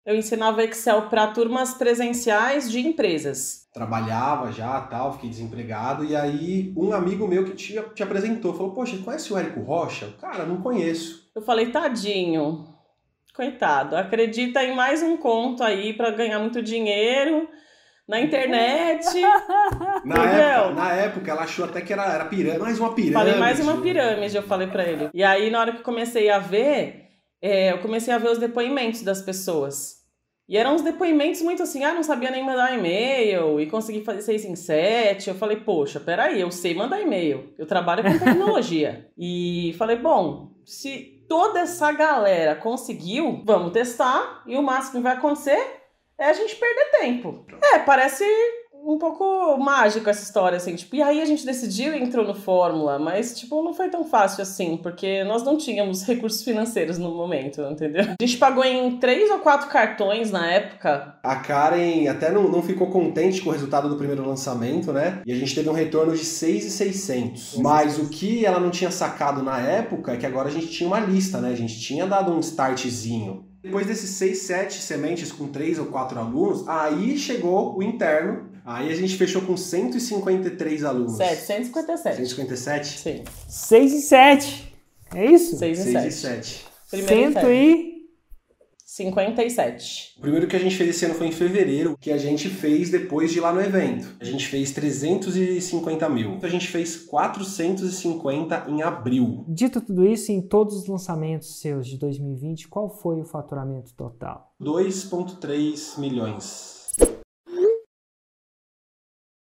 Eu ensinava Excel para turmas presenciais de empresas. Trabalhava já, tal, fiquei desempregado, e aí um amigo meu que te apresentou, falou, poxa, conhece o Érico Rocha? Cara, não conheço. Eu falei, tadinho, coitado, acredita em mais um conto aí para ganhar muito dinheiro na internet, entendeu? Na época, ela achou até que era pirâmide, mais uma pirâmide. Falei, mais uma pirâmide, eu falei para ele. E aí, na hora que eu comecei a ver, eu comecei a ver os depoimentos das pessoas. E eram uns depoimentos muito assim, não sabia nem mandar e-mail e consegui fazer 6 em 7. Eu falei, poxa, peraí, eu sei mandar e-mail, eu trabalho com tecnologia. E falei, bom, se toda essa galera conseguiu, vamos testar e o máximo que vai acontecer é a gente perder tempo. Parece um pouco mágico essa história, assim, tipo, e aí a gente decidiu e entrou no Fórmula, mas, tipo, não foi tão fácil assim, porque nós não tínhamos recursos financeiros no momento, entendeu? A gente pagou em 3 ou 4 cartões na época. A Karen até não ficou contente com o resultado do primeiro lançamento, né? E a gente teve um retorno de 6.600. Mas o que ela não tinha sacado na época é que agora a gente tinha uma lista, né? A gente tinha dado um startzinho. Depois desses 6, 7 sementes com 3 ou 4 alunos, aí chegou o interno. Aí a gente fechou com 153 alunos. 757. 157? Sim. 6 e 7. É isso? 6 e 6 e 7. 7. Primeiro 157. O primeiro que a gente fez esse ano foi em fevereiro, que a gente fez depois de ir lá no evento. A gente fez 350 mil. A gente fez 450 em abril. Dito tudo isso, em todos os lançamentos seus de 2020, qual foi o faturamento total? 2,3 milhões.